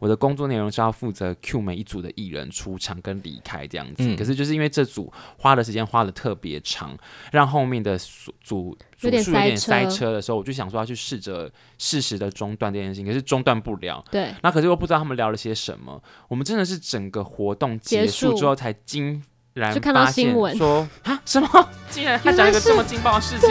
我的工作内容是要负责 Q 每一组的艺人出场跟离开这样子。可是就是因为这组花的时间花的特别长，让后面的组数有点塞车的时候，我就想说要去适时的中断这件事情，可是中断不了。 对， 那可是又不知道他们聊了些什么。我们真的是整个活动结束之后才惊然发现说啊什么？竟然他讲一个这么劲爆的事情。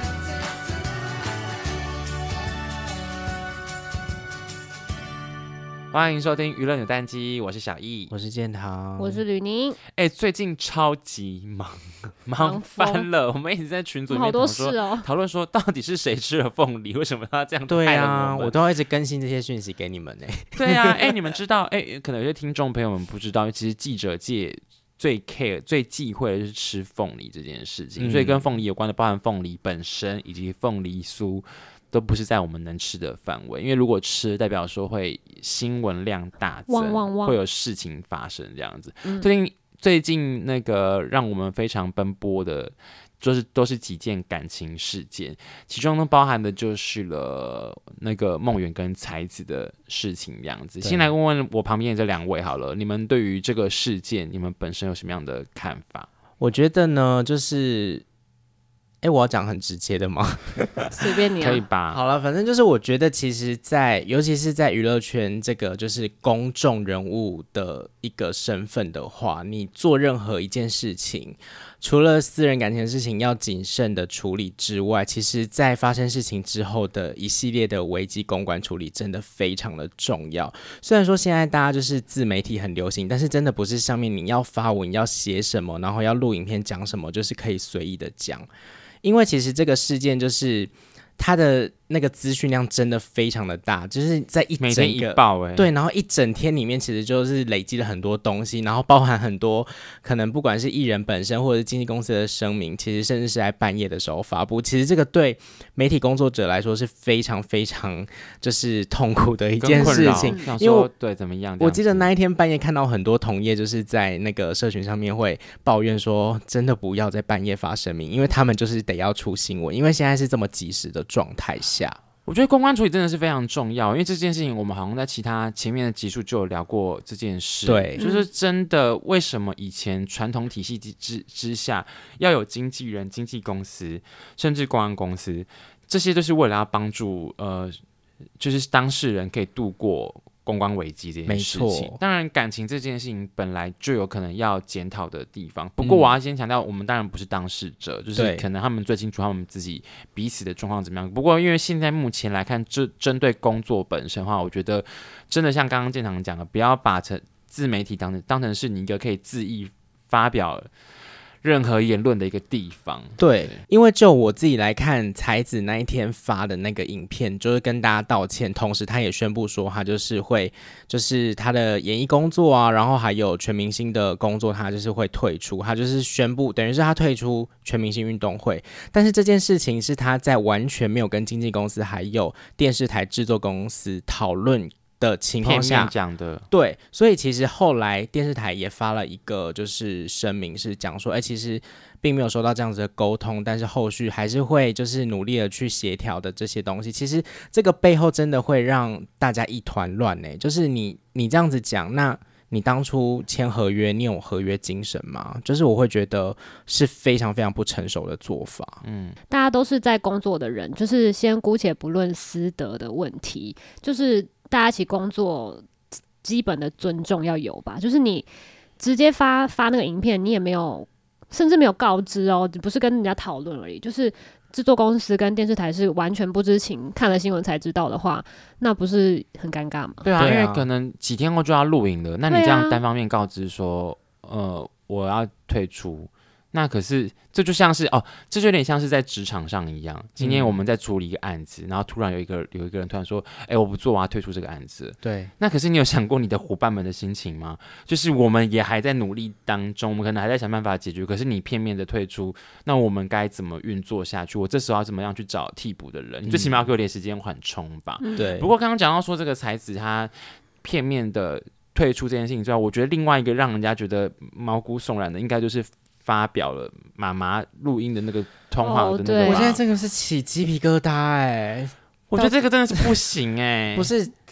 欢迎收听娱乐扭蛋机，我是小易， 我是建豪， 我是吕宁。 最近超级忙翻了，我们一直在群组里面讨论说，到底是谁吃了凤梨，为什么他这样害了我们？对啊， 我都要一直更新这些讯息给你们对啊，你们知道可能有些听众朋友们不知道，其实记者界最 care 最忌讳的就是吃凤梨这件事情，所以跟凤梨有关的，包含凤梨本身以及凤梨酥，都不是在我们能吃的范围，因为如果吃，代表说会新闻量大增，会有事情发生这样子。最近那个让我们非常奔波的，都是几件感情事件，其中呢包含的就是了那个梦圆跟才子的事情这样子。先来问问我旁边的这两位好了，你们对于这个事件，你们本身有什么样的看法？ 我觉得呢，就是我要讲很直接的吗？ 随便你可以吧。 好了，反正就是我觉得其实尤其是在娱乐圈这个就是公众人物的一个身份的话，你做任何一件事情，除了私人感情的事情要谨慎的处理之外，其实在发生事情之后的一系列的危机公关处理真的非常的重要。虽然说现在大家就是自媒体很流行，但是真的不是上面你要发文要写什么，然后要录影片讲什么，就是可以随意的讲。因为其实这个事件就是它的那个资讯量真的非常的大，就是在每天一爆对，然后一整天里面其实就是累积了很多东西，然后包含很多可能不管是艺人本身或者是经纪公司的声明，其实甚至是在半夜的时候发布，其实这个对媒体工作者来说是非常非常就是痛苦的一件事情。 因为对怎么样？ 我记得那一天半夜看到很多同业就是在那个社群上面会抱怨说，真的不要在半夜发声明，因为他们就是得要出新闻，因为现在是这么及时的状态下。 我觉得公关处理真的是非常重要，因为这件事情我们好像在前面的集数就有聊过这件事。 对， 就是真的为什么以前传统体系之下要有经纪人、经纪公司，甚至公关公司，这些都是为了要帮助就是当事人可以度过公关危机这件事情。当然感情这件事情本来就有可能要检讨的地方，不过我要先强调，我们当然不是当事者，就是可能他们最清楚他们自己彼此的状况怎么样。不过因为现在目前来看，针对工作本身的话，我觉得真的像刚刚建堂讲的，不要把自媒体当成是你一个可以恣意发表任何言论的一个地方。 对，因为就我自己来看，才子那一天发的那个影片，就是跟大家道歉，同时他也宣布说他就是会，就是他的演艺工作啊，然后还有全明星的工作，他就是会退出，他就是宣布，等于是他退出全明星运动会。但是这件事情是他在完全没有跟经纪公司还有电视台制作公司讨论的情况下讲的。 对，所以其实后来电视台也发了一个就是声明，是讲说其实并没有收到这样子的沟通，但是后续还是会就是努力的去协调的这些东西。其实这个背后真的会让大家一团乱就是你这样子讲，那你当初签合约，你有合约精神吗？就是我会觉得是非常非常不成熟的做法。 大家都是在工作的人，就是先姑且不论私德的问题，就是大家一起工作基本的尊重要有吧。就是你直接发那个影片，你也没有，甚至没有告知你不是跟人家讨论而已，就是制作公司跟电视台是完全不知情，看了新闻才知道的话，那不是很尴尬吗？ 对啊，因为可能几天后就要录影了，那你这样单方面告知说，我要退出，那可是这就像是这就有点像是在职场上一样。今天我们在处理一个案子，然后突然有一个人突然说，我不做，我要退出这个案子。 对， 那可是你有想过你的伙伴们的心情吗？就是我们也还在努力当中，我们可能还在想办法解决，可是你片面的退出，那我们该怎么运作下去？我这时候要怎么样去找替补的人？你最起码要给我点时间缓冲吧。 对。 不过刚刚讲到说这个才子他片面的退出这件事情之外，我觉得另外一个让人家觉得毛骨悚然的，应该就是发表了妈妈录音的那个通话的那个。 我现在真的是起鸡皮疙瘩我觉得这个真的是不行不是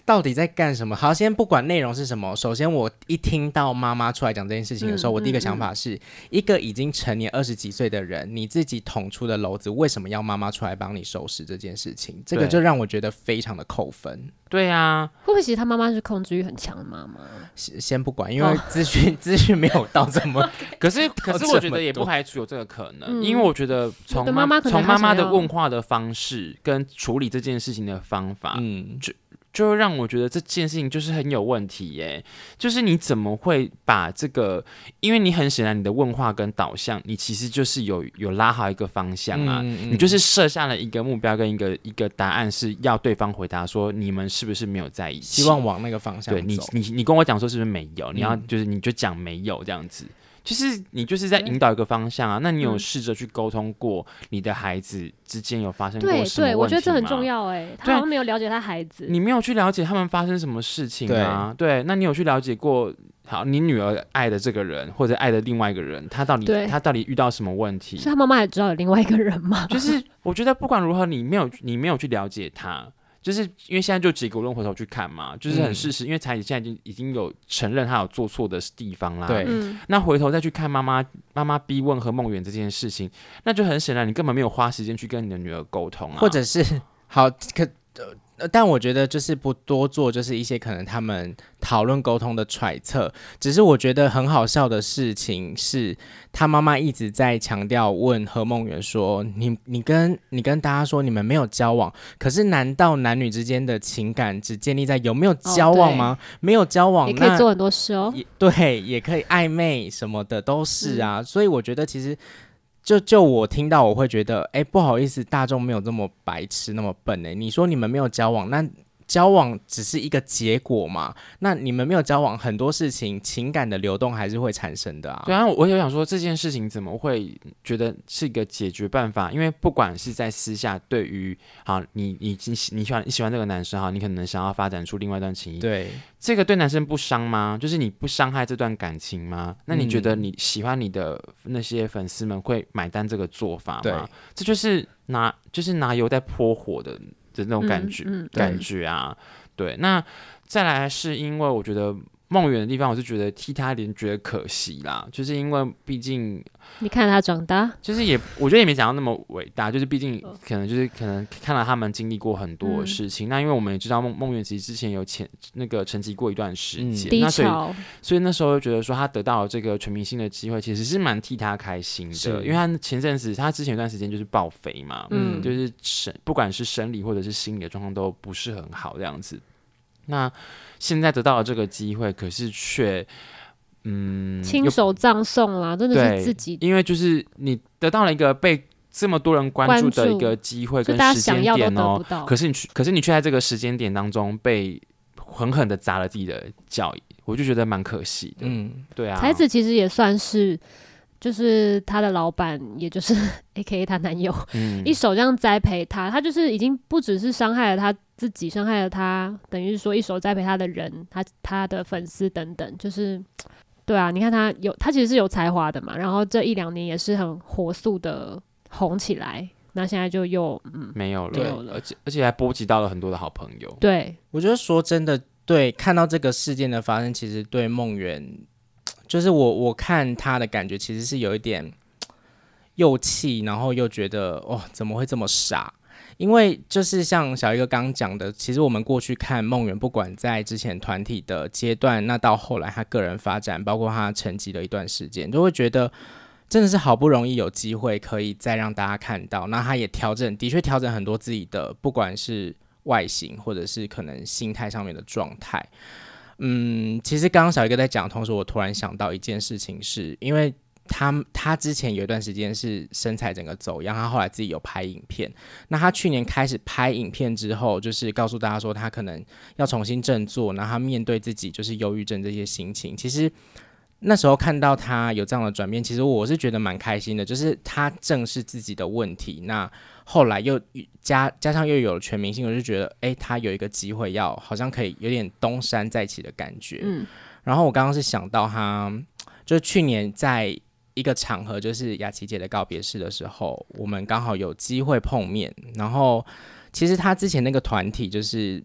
到底在干什么？好，先不管内容是什么，首先我一听到妈妈出来讲这件事情的时候，我第一个想法是，一个已经成年20几岁的人，你自己捅出的篓子，为什么要妈妈出来帮你收拾这件事情？这个就让我觉得非常的扣分。 对啊， 会不会其实他妈妈是控制欲很强的妈妈？ 先不管，因为资讯没有到这么可是我觉得也不排除有这个可能，因为我觉得从妈妈的问话的方式跟处理这件事情的方法，就会让我觉得这件事情就是很有问题耶。就是你怎么会把这个，因为你很显然你的问话跟导向，你其实就是有拉好一个方向啊，你就是设下了一个目标跟一个答案，是要对方回答说你们是不是没有在一起， 希望往那个方向走。 对你跟我讲说是不是没有，你要就是你就讲没有这样子。就是你就是在引导一个方向啊，那你有试着去沟通过你的孩子之间有发生过什么问题吗？ 对，我觉得这很重要他好像没有了解他孩子， 你没有去了解他们发生什么事情啊？对，那你有去了解过？好，你女儿爱的这个人或者爱的另外一个人，他到底遇到什么问题？ 是他妈妈也知道有另外一个人吗？ 就是我觉得不管如何，你没有去了解他。就是因为现在就结果论回头去看嘛，就是很事实，因为彩姐现在已经有承认她有做错的地方啦。 对， 那回头再去看妈妈逼问何梦圆这件事情，那就很显然你根本没有花时间去跟你的女儿沟通啊， 或者是好但我觉得就是不多做，就是一些可能他们讨论沟通的揣测。只是我觉得很好笑的事情是，他妈妈一直在强调问何梦圆说：“你跟大家说你们没有交往，可是难道男女之间的情感只建立在有没有交往吗？没有交往也可以做很多事哦。 对，也可以暧昧什么的都是啊。所以我觉得其实。就我听到我会觉得，不好意思，大众没有这么白痴那么笨你说你们没有交往，那交往只是一个结果嘛？那你们没有交往，很多事情情感的流动还是会产生的啊。 对啊，我有想说这件事情怎么会觉得是一个解决办法？因为不管是在私下，对于好你喜欢这个男生哈，你可能想要发展出另外一段情谊， 对， 这个对男生不伤吗？就是你不伤害这段感情吗？那你觉得你喜欢你的那些粉丝们会买单这个做法吗？ 对， 这就是拿油在泼火的那种感觉啊。对，那再来是因为我觉得梦圆的地方，我是觉得替他有点觉得可惜啦，就是因为毕竟你看他长大， 就是我觉得也没讲到那么伟大，就是毕竟可能看了他们经历过很多的事情。那因为我们也知道梦圆其实之前有那个沉寂过一段时间， 低潮， 所以那时候就觉得说他得到了这个全明星的机会，其实是蛮替他开心的，因为他前阵子他之前有段时间就是爆肥嘛，就是不管是生理或者是心理的状况都不是很好这样子。那现在得到了这个机会，可是却亲手葬送啦，真的是自己， 因为就是你得到了一个被这么多人关注的一个机会跟时间点哦，可是你却在这个时间点当中被狠狠的砸了自己的脚，我就觉得蛮可惜的。对啊， 才子其实也算是。就是他的老板，也就是 AKA 他男友，一手这样栽培他，他就是已经不只是伤害了他自己，伤害了他，等于是说一手栽培他的人，他的粉丝等等，就是对啊，你看他其实是有才华的嘛，然后这1-2年也是很火速的红起来，那现在就又没有了，而且还波及到了很多的好朋友。 对， 我觉得说真的，对，看到这个事件的发生，其实对梦圆。就是我看他的感觉其实是有一点又气，然后又觉得怎么会这么傻？因为就是像小一哥刚刚讲的，其实我们过去看梦圆，不管在之前团体的阶段，那到后来他个人发展，包括他沉寂的一段时间，都会觉得真的是好不容易有机会可以再让大家看到，那他也的确调整很多自己的，不管是外形或者是可能心态上面的状态。其实刚刚小一哥在讲的同时，我突然想到一件事情是，因为他之前有一段时间是身材整个走样，他后来自己有拍影片。那他去年开始拍影片之后，就是告诉大家说他可能要重新振作，然后他面对自己就是忧郁症这些心情。其实那时候看到他有这样的转变，其实我是觉得蛮开心的，就是他正视自己的问题。那后来又加上又有了全明星，我就觉得他有一个机会要好像可以有点东山再起的感觉。然后我刚刚是想到他就是去年在一个场合，就是雅琪姐的告别式的时候，我们刚好有机会碰面。然后其实他之前那个团体就是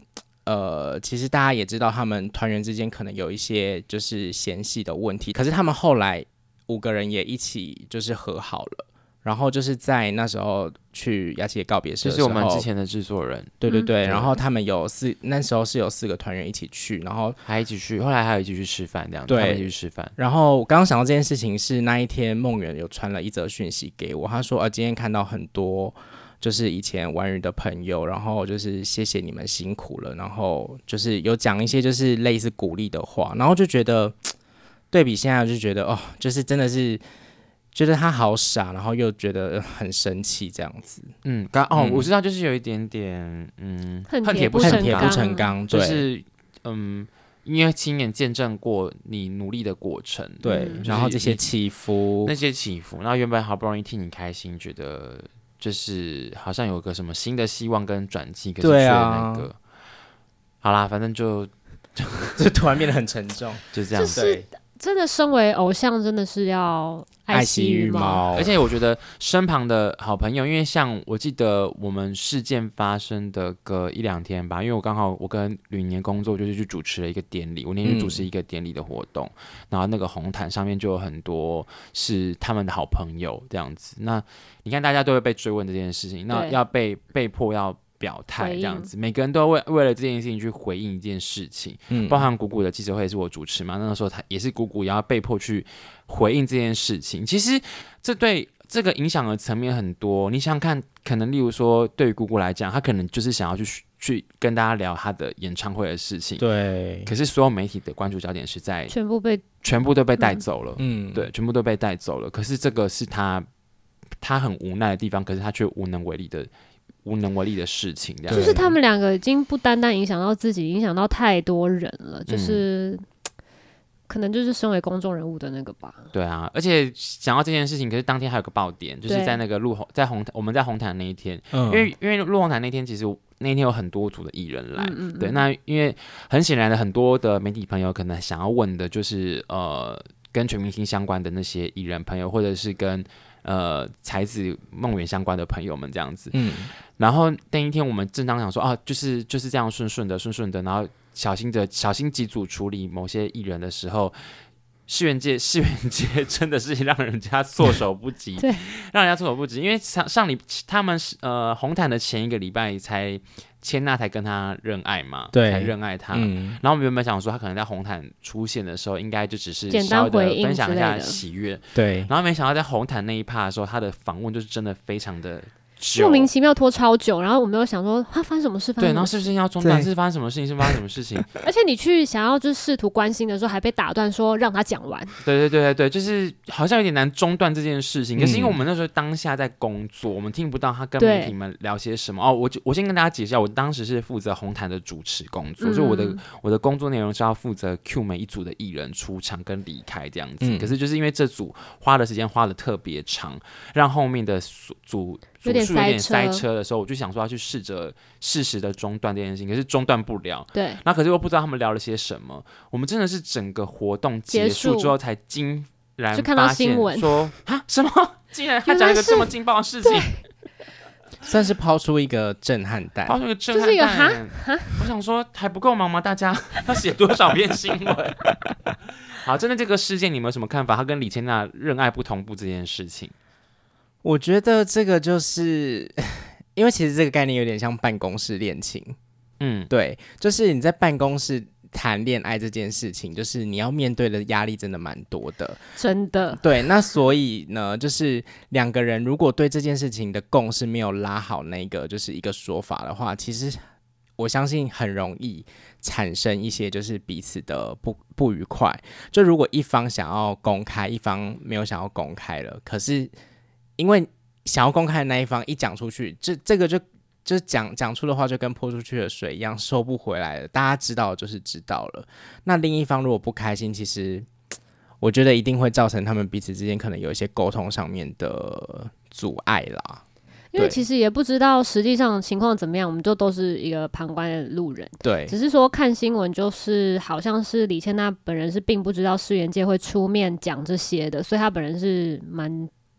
其实大家也知道他们团员之间可能有一些就是嫌隙的问题，可是他们后来5个人也一起就是和好了。然后就是在那时候去雅琪的告别式的时候， 就是我们之前的制作人， 对对对，然后他们那时候是有4个团员一起去，然后还一起去，后来还有一起去吃饭这样子， 对， 他们一起去吃饭。 然后我刚刚想到这件事情是那一天梦圆有传了一则讯息给我，他说今天看到很多就是以前玩鱼的朋友，然后就是谢谢你们辛苦了，然后就是有讲一些就是类似鼓励的话，然后就觉得对比现在就觉得就是真的是。觉得他好傻，然后又觉得很生气这样子。 我知道，就是有一点点恨铁不成钢， 就是因为亲眼见证过你努力的过程， 对，然后这些起伏， 然后原本好不容易替你开心，觉得就是好像有个什么新的希望跟转机，可是却那个，好啦，反正就突然变得很沉重， 就这样， 对。真的，身为偶像，真的是要爱惜羽毛。 而且我觉得身旁的好朋友，因为像我记得我们事件发生的个1、2天吧，因为我刚好我跟吕年工作，就是去主持了一个典礼，我那天去主持一个典礼的活动，然后那个红毯上面就有很多是他们的好朋友这样子。那你看，大家都会被追问这件事情，那要被迫要表态这样子，每个人都为了这件事情去回应一件事情，包含谷谷的记者会也是我主持嘛，那个时候他也是谷谷也要被迫去回应这件事情。其实这对这个影响的层面很多，你想想看，可能例如说对于谷谷来讲，他可能就是想要去跟大家聊他的演唱会的事情， 对， 可是所有媒体的关注焦点是在全部都被带走了，对，全部都被带走了。可是这个是他很无奈的地方，可是他却无能为力的事情，这样就是他们2个已经不单单影响到自己，影响到太多人了，就是可能就是身为公众人物的那个吧。 对啊，而且讲到这件事情，可是当天还有个爆点，就是在那个我们在红毯那一天，因为录红毯那天，其实那天有很多组的艺人来，对，那因为很显然的，很多的媒体朋友可能想要问的就是跟全明星相关的那些艺人朋友，或者是跟才子梦圆相关的朋友们这样子，然后那一天我们正当想说就是这样顺顺的，然后小心几组处理某些艺人的时候，世元界真的是让人家措手不及， 对， 让人家措手不及，因为他们红毯的前1个礼拜才千娜才跟他认爱嘛， 对， 才认爱他，然后我们原本想说他可能在红毯出现的时候，应该就只是简单回应分享一下喜悦， 对， 然后没想到在红毯那一趴的时候，他的访问就是真的非常的莫名其妙拖超久，然后我们又想说发生什么事？ 对，然后是不是要中断？是发生什么事情？是发生什么事情？ 而且你去想要就是试图关心的时候，还被打断说让他讲完。 对，就是好像有点难中断这件事情。可是因为我们那时候当下在工作，我们听不到他跟媒体们聊些什么。我先跟大家解释一下，我当时是负责红毯的主持工作，所以我的工作内容是要负责 cue 每一组的艺人出场跟离开这样子。可是就是因为这组花的时间花的特别长，让后面的组有点塞车的时候，我就想说要去适时的中断这件事情，可是中断不了。 对， 那可是又不知道他们聊了些什么。我们真的是整个活动结束之后才惊然就看到发现新闻说什么？竟然他讲一个这么劲爆的事情， 算是抛出一个震撼弹， 就是一个我想说还不够忙吗？大家要写多少篇新闻？好，针对这个事件，你们有什么看法？他跟李千娜认爱不同步这件事情。 我觉得这个就是因为其实这个概念有点像办公室恋情，对，就是你在办公室谈恋爱这件事情，就是你要面对的压力真的蛮多的， 真的。 对，那所以呢，就是2个人如果对这件事情的共识没有拉好那个就是一个说法的话，其实我相信很容易产生一些就是彼此的不愉快。就如果一方想要公开，一方没有想要公开了，可是因为想要公开的那一方一讲出去，这个就讲出的话就跟泼出去的水一样，收不回来了。大家知道就是知道了。那另一方如果不开心，其实我觉得一定会造成他们彼此之间可能有一些沟通上面的阻碍啦。 因为其实也不知道实际上情况怎么样，我们就都是一个旁观的路人。 对， 只是说看新闻，就是好像是李千娜本人是并不知道世元界会出面讲这些的，所以他本人是蛮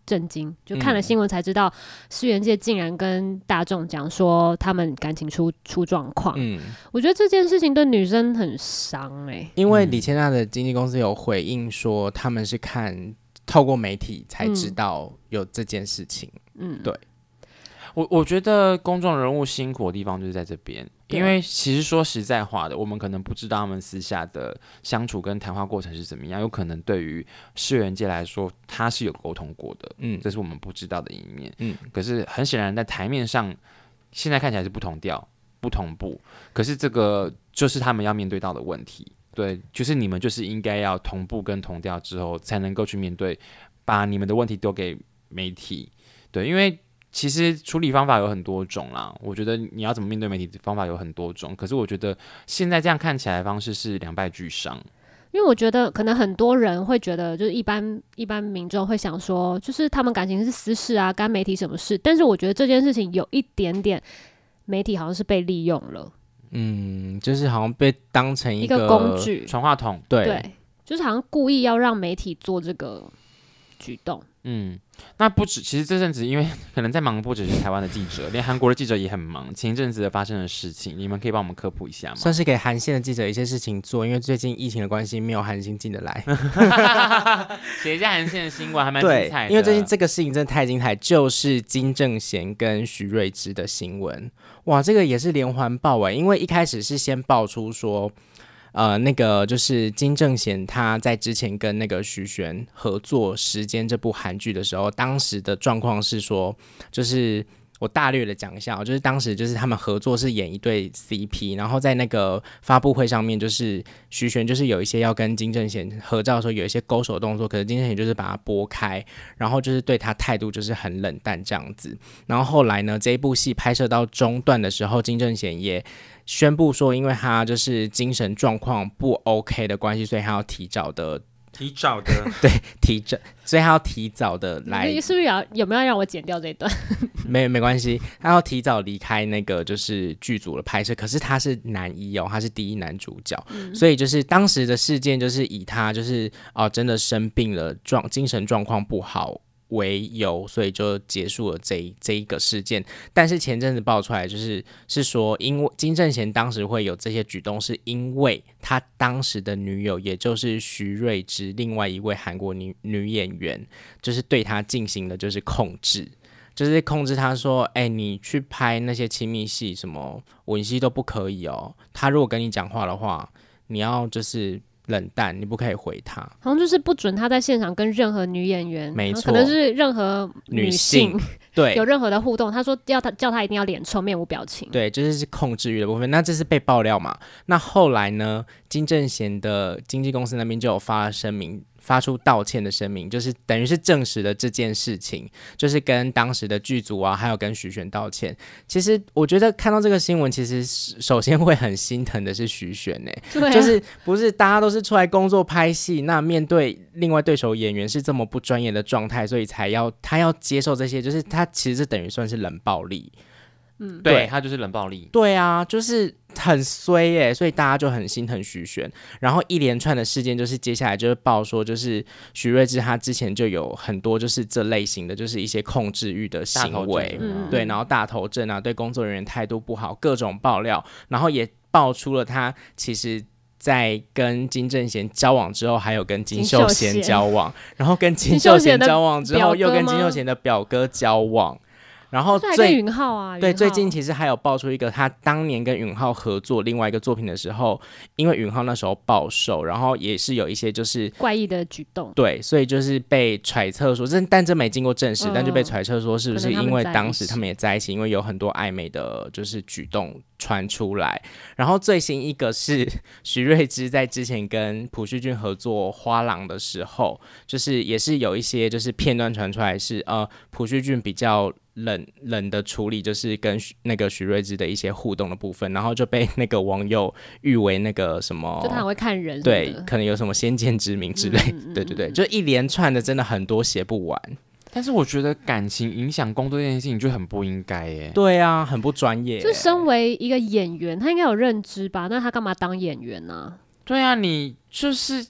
震惊，就看了新闻才知道，世元界竟然跟大众讲说他们感情出状况。我觉得这件事情对女生很伤因为李千娜的经纪公司有回应说，他们是透过媒体才知道有这件事情。对。 我觉得公众人物辛苦的地方就是在这边，因为其实说实在话的，我们可能不知道他们私下的相处跟谈话过程是怎么样，有可能对于世元界来说，他是有沟通过的，这是我们不知道的一面，可是很显然在台面上，现在看起来是不同调、不同步，可是这个就是他们要面对到的问题，对，就是你们就是应该要同步跟同调之后，才能够去面对，把你们的问题丢给媒体，对，因为。其实处理方法有很多种啦，我觉得你要怎么面对媒体的方法有很多种，可是我觉得现在这样看起来的方式是两败俱伤。 因为我觉得可能很多人会觉得，就是一般民众会想说，就是他们感情是私事啊，干媒体什么事？但是我觉得这件事情有一点点，媒体好像是被利用了， 就是好像被当成一个工具、 传话筒， 对，就是好像故意要让媒体做这个举动。 那不止，其实这阵子因为可能在忙，不只是台湾的记者，连韩国的记者也很忙。前一阵子发生的事情，你们可以帮我们科普一下吗？ 算是给韩线的记者一些事情做，因为最近疫情的关系，没有韩星进得来。 写一下韩线的新闻还蛮精彩的。 对，因为最近这个事情真的太精彩，就是金正贤跟徐瑞芝的新闻。哇，这个也是连环爆因为一开始是先爆出说。那个就是金正贤他在之前跟那个徐玄合作《时间》这部韩剧的时候，当时的状况是说，就是我大略的讲一下就是当时就是他们合作是演一对 CP， 然后在那个发布会上面，就是徐玄就是有一些要跟金正贤合照的时候有一些勾手动作，可是金正贤就是把他拨开，然后就是对他态度就是很冷淡这样子。然后后来呢，这一部戏拍摄到中段的时候，金正贤也宣布说，因为他就是精神状况不 OK 的关系，所以他要提早的对所以他要提早的来。 你是不是有没有让我剪掉这一段？ 没关系，他要提早离开那个就是剧组的拍摄。可是他是男一他是第一男主角，所以就是当时的事件就是以他就是真的生病了，精神状况不好为由，所以就结束了这一个事件。但是前阵子爆出来是说，因为金正贤当时会有这些举动，是因为他当时的女友，也就是徐瑞芝，另外一位韩国女演员，就是对他进行了就是控制。就是控制他说，你去拍那些亲密戏，什么吻戏都不可以他如果跟你讲话的话，你要就是冷淡，你不可以回他， 好像就是不准他在现场跟任何女演员， 没错， 可能是任何女性对有任何的互动。他说叫他一定要脸臭、面无表情。 对，就是控制欲的部分。那这是被爆料嘛？那后来呢？金正贤的经纪公司那边就有发出道歉的声明，就是等于是证实了这件事情，就是跟当时的剧组还有跟徐玄道歉。其实我觉得看到这个新闻，其实首先会很心疼的是徐玄就是不是大家都是出来工作拍戏，那面对另外对手演员是这么不专业的状态，所以他要接受这些，就是他其实等于算是冷暴力。 对，他就是冷暴力。 对啊，就是很衰所以大家就很心疼徐玄。然后一连串的事件，就是接下来就是爆说，就是徐瑞芝他之前就有很多就是这类型的，就是一些控制欲的行为，对，然后大头症对工作人员态度不好，各种爆料，然后也爆出了他其实。在跟金正贤交往之后，还有跟金秀贤交往，然后跟金秀贤交往之后，又跟金秀贤的表哥交往。然后跟允浩啊， 对，最近其实还有爆出一个他当年跟允浩合作另外一个作品的时候，因为允浩那时候暴瘦，然后也是有一些就是怪异的举动， 对，所以就是被揣测说，但这没经过证实，但就被揣测说是不是因为当时他们也在一起，因为有很多暧昧的就是举动传出来。然后最新一个是徐瑞芝在之前跟朴叙俊合作《花郎》的时候，就是也是有一些就是片段传出来是朴叙俊比较冷的处理，就是跟那个徐瑞芝的一些互动的部分，然后就被那个网友誉为那个什么， 就他很会看人， 对，可能有什么先见之明之类，对，就一连串的真的很多写不完。 但是我觉得感情影响工作这件事情就很不应该对啊，很不专业就身为一个演员，他应该有认知吧？那他干嘛当演员呢？ 对啊，你就是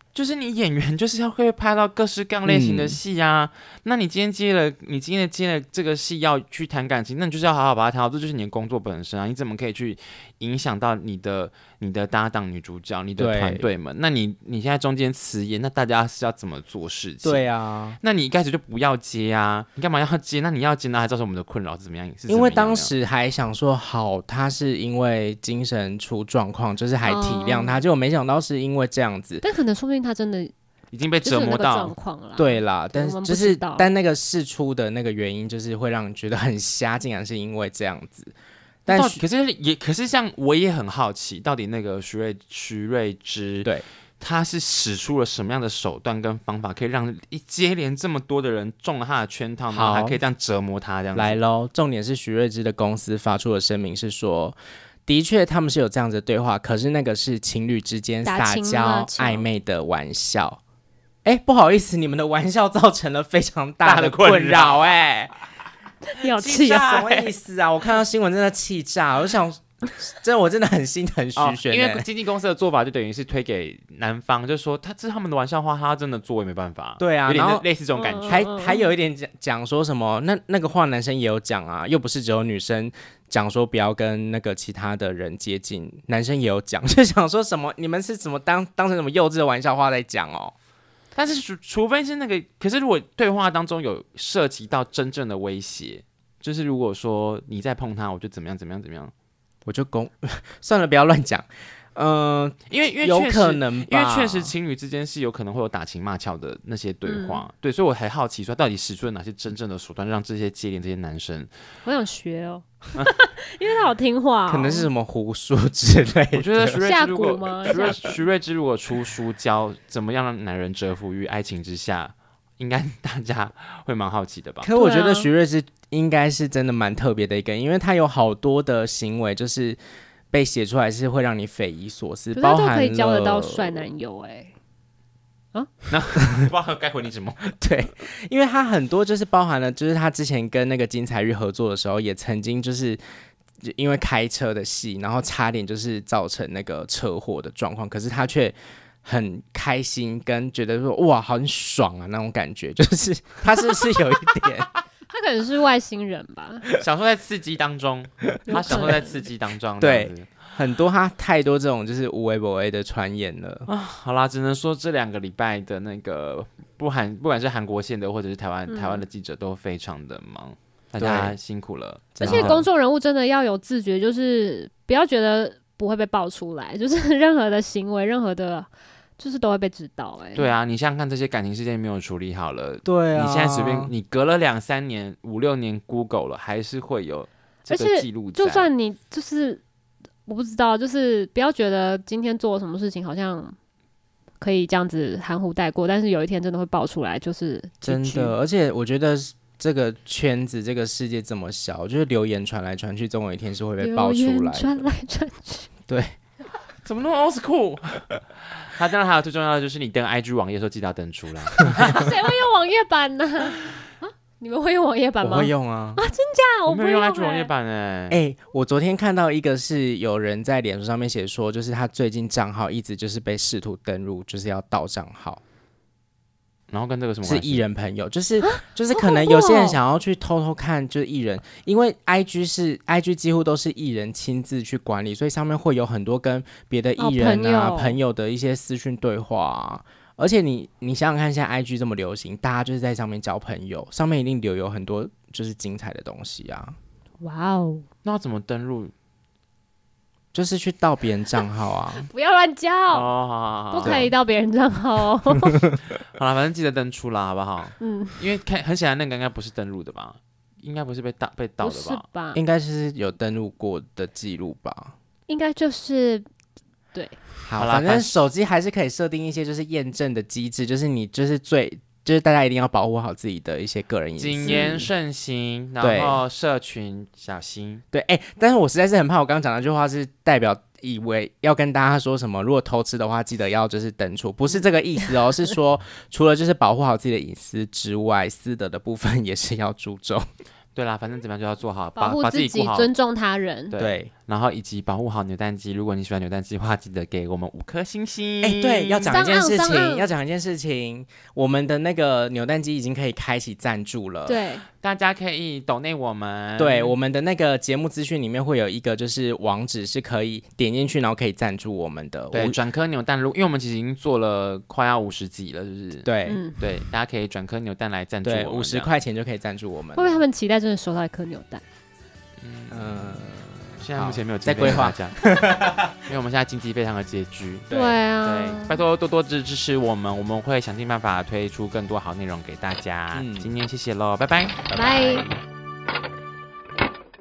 就是你演员就是要会拍到各式各样类型的戏啊。那你今天接了这个戏要去谈感情，那你就是要好好把它谈好，这就是你的工作本身啊。你怎么可以去影响到你的搭档女主角、你的团队们？那你现在中间辞演，那大家是要怎么做事情？ 对啊， 那你一开始就不要接啊，你干嘛要接？那你要接，那还造成我们的困扰是怎么样？ 因为当时还想说，好，他是因为精神出状况，就是还体谅他，结果没想到是因为这样子。 但可能说不定他真的已经被折磨到状况了。 对啦，但那个事出的那个原因，就是会让你觉得很瞎，竟然是因为这样子。但可是像我也很好奇，到底那个徐瑞芝对。 他是使出了什么样的手段跟方法，可以让接连这么多的人中了他的圈套，然后还可以这样折磨他？这样子来咯，重点是徐瑞芝的公司发出的声明是说，的确他们是有这样子的对话，可是那个是情侣之间撒娇暧昧的玩笑。不好意思，你们的玩笑造成了非常大的困扰。 你好气啊！ 什么意思啊？我看到新闻真的气炸，我想。我真的很心疼徐玄， 因为经纪公司的做法就等于是推给男方，就说这是他们的玩笑话，他真的做也没办法。 对啊， 有点类似这种感觉。 还有一点讲说什么，那个话男生也有讲啊，又不是只有女生讲说不要跟那个其他的人接近，男生也有讲，就想说什么你们是怎么当成什么幼稚的玩笑话在讲哦。 但是除非是那个，可是如果对话当中有涉及到真正的威胁，就是如果说你再碰他，我就怎么样怎么样怎么样。 我就算了，不要乱讲。 因为有可能吧， 因为确实情侣之间是有可能会有打情骂俏的那些对话，对，所以我还好奇说，到底使出了哪些真正的手段，让这些接连这些男生， 我想学哦，因为他好听话哦， 可能是什么胡说之类的。 我觉得徐瑞芝如果出书教怎么样让男人折服于爱情之下，应该大家会蛮好奇的吧？ 可我觉得徐瑞芝应该是真的蛮特别的一个人，因为他有好多的行为就是被写出来是会让你匪夷所思， 可是他都可以交得到帅男友那不知道该回你什么？ 对，因为他很多就是包含了，就是他之前跟那个金彩玉合作的时候，也曾经就是因为开车的戏，然后差点就是造成那个车祸的状况，可是他却很开心，跟觉得说哇很爽啊那种感觉，就是他是不是有一点？ 他可能是外星人吧， 享受在刺激当中，他享受在刺激当中， 对，很多他太多这种就是无微不微的传言了啊。好啦，只能说这2个礼拜的那个不管是韩国线的或者是台湾的记者都非常的忙，大家辛苦了。 而且公众人物真的要有自觉，就是不要觉得不会被爆出来，就是任何的行为，任何的。就是都会被知道对啊，你想想看，这些感情事件没有处理好了， 对啊， 你现在随便你隔了2-3年、5-6年 Google 了，还是会有这个记录在。 就算你就是我不知道，就是不要觉得今天做了什么事情好像可以这样子含糊带过，但是有一天真的会爆出来，就是真的。而且我觉得这个圈子、这个世界这么小，我觉得流言传来传去，总有一天是会被爆出来的。流言传来传去， 对。 怎么那么 old school？ 当然还有最重要的就是你登 IG 网页的时候记得要登出来。 谁会用网页版呢？你们会用网页版吗？ 我会用啊。 真假？ 我没有用 IG 网页版我昨天看到一个是有人在脸书上面写说，就是他最近账号一直就是被试图登入，就是要盗账号。 然后跟这个什么关系？ 是艺人朋友，就是可能有些人想要去偷偷看，就是艺人，因为 IG 几乎都是艺人亲自去管理，所以上面会有很多跟别的艺人朋友的一些私讯对话啊。而且你想想看，现在 IG 这么流行，大家就是在上面交朋友，上面一定留有很多就是精彩的东西啊。 哇哦， 那要怎么登入？ 就是去盗别人账号啊！ 不要乱叫哦， 不可以盗别人账号哦。 好了，反正记得登出啦，好不好？因为很显然那个应该不是登入的吧？应该不是被盗的吧？ 不是吧？ 应该是有登入过的记录吧？ 应该就是对。 好，反正手机还是可以设定一些就是验证的机制，就是你就是大家一定要保护好自己的一些个人隐私， 谨言慎行，然后社群小心。 对，但是我实在是很怕我刚刚讲那句话是代表以为要跟大家说什么，如果偷吃的话，记得要就是登出，不是这个意思哦，是说除了就是保护好自己的隐私之外，私德的部分也是要注重。 对啦，反正怎么样就要做好， 保护自己，尊重他人。 对， 然后以及保护好扭蛋机。如果你喜欢扭蛋机的话，记得给我们5颗星星。 对，要讲一件事上岸情，我们的那个扭蛋机已经可以开启赞助了。 对， 大家可以抖内我们。 对，我们的那个节目资讯里面会有一个就是网址，是可以点进去，然后可以赞助我们的。 对，转颗扭蛋，因为我们其实已经做了快要50集了，是不是？ 对， 对，大家可以转颗扭蛋来赞助我们。 对，50块钱就可以赞助我们。 会不会他们期待真的收到一颗扭蛋？ 现在目前没有在规划， 因为我们现在经济非常的拮据。 对啊， 对，拜托多多支持我们，我们会想尽办法推出更多好内容给大家。今天谢谢喽，拜拜， 拜。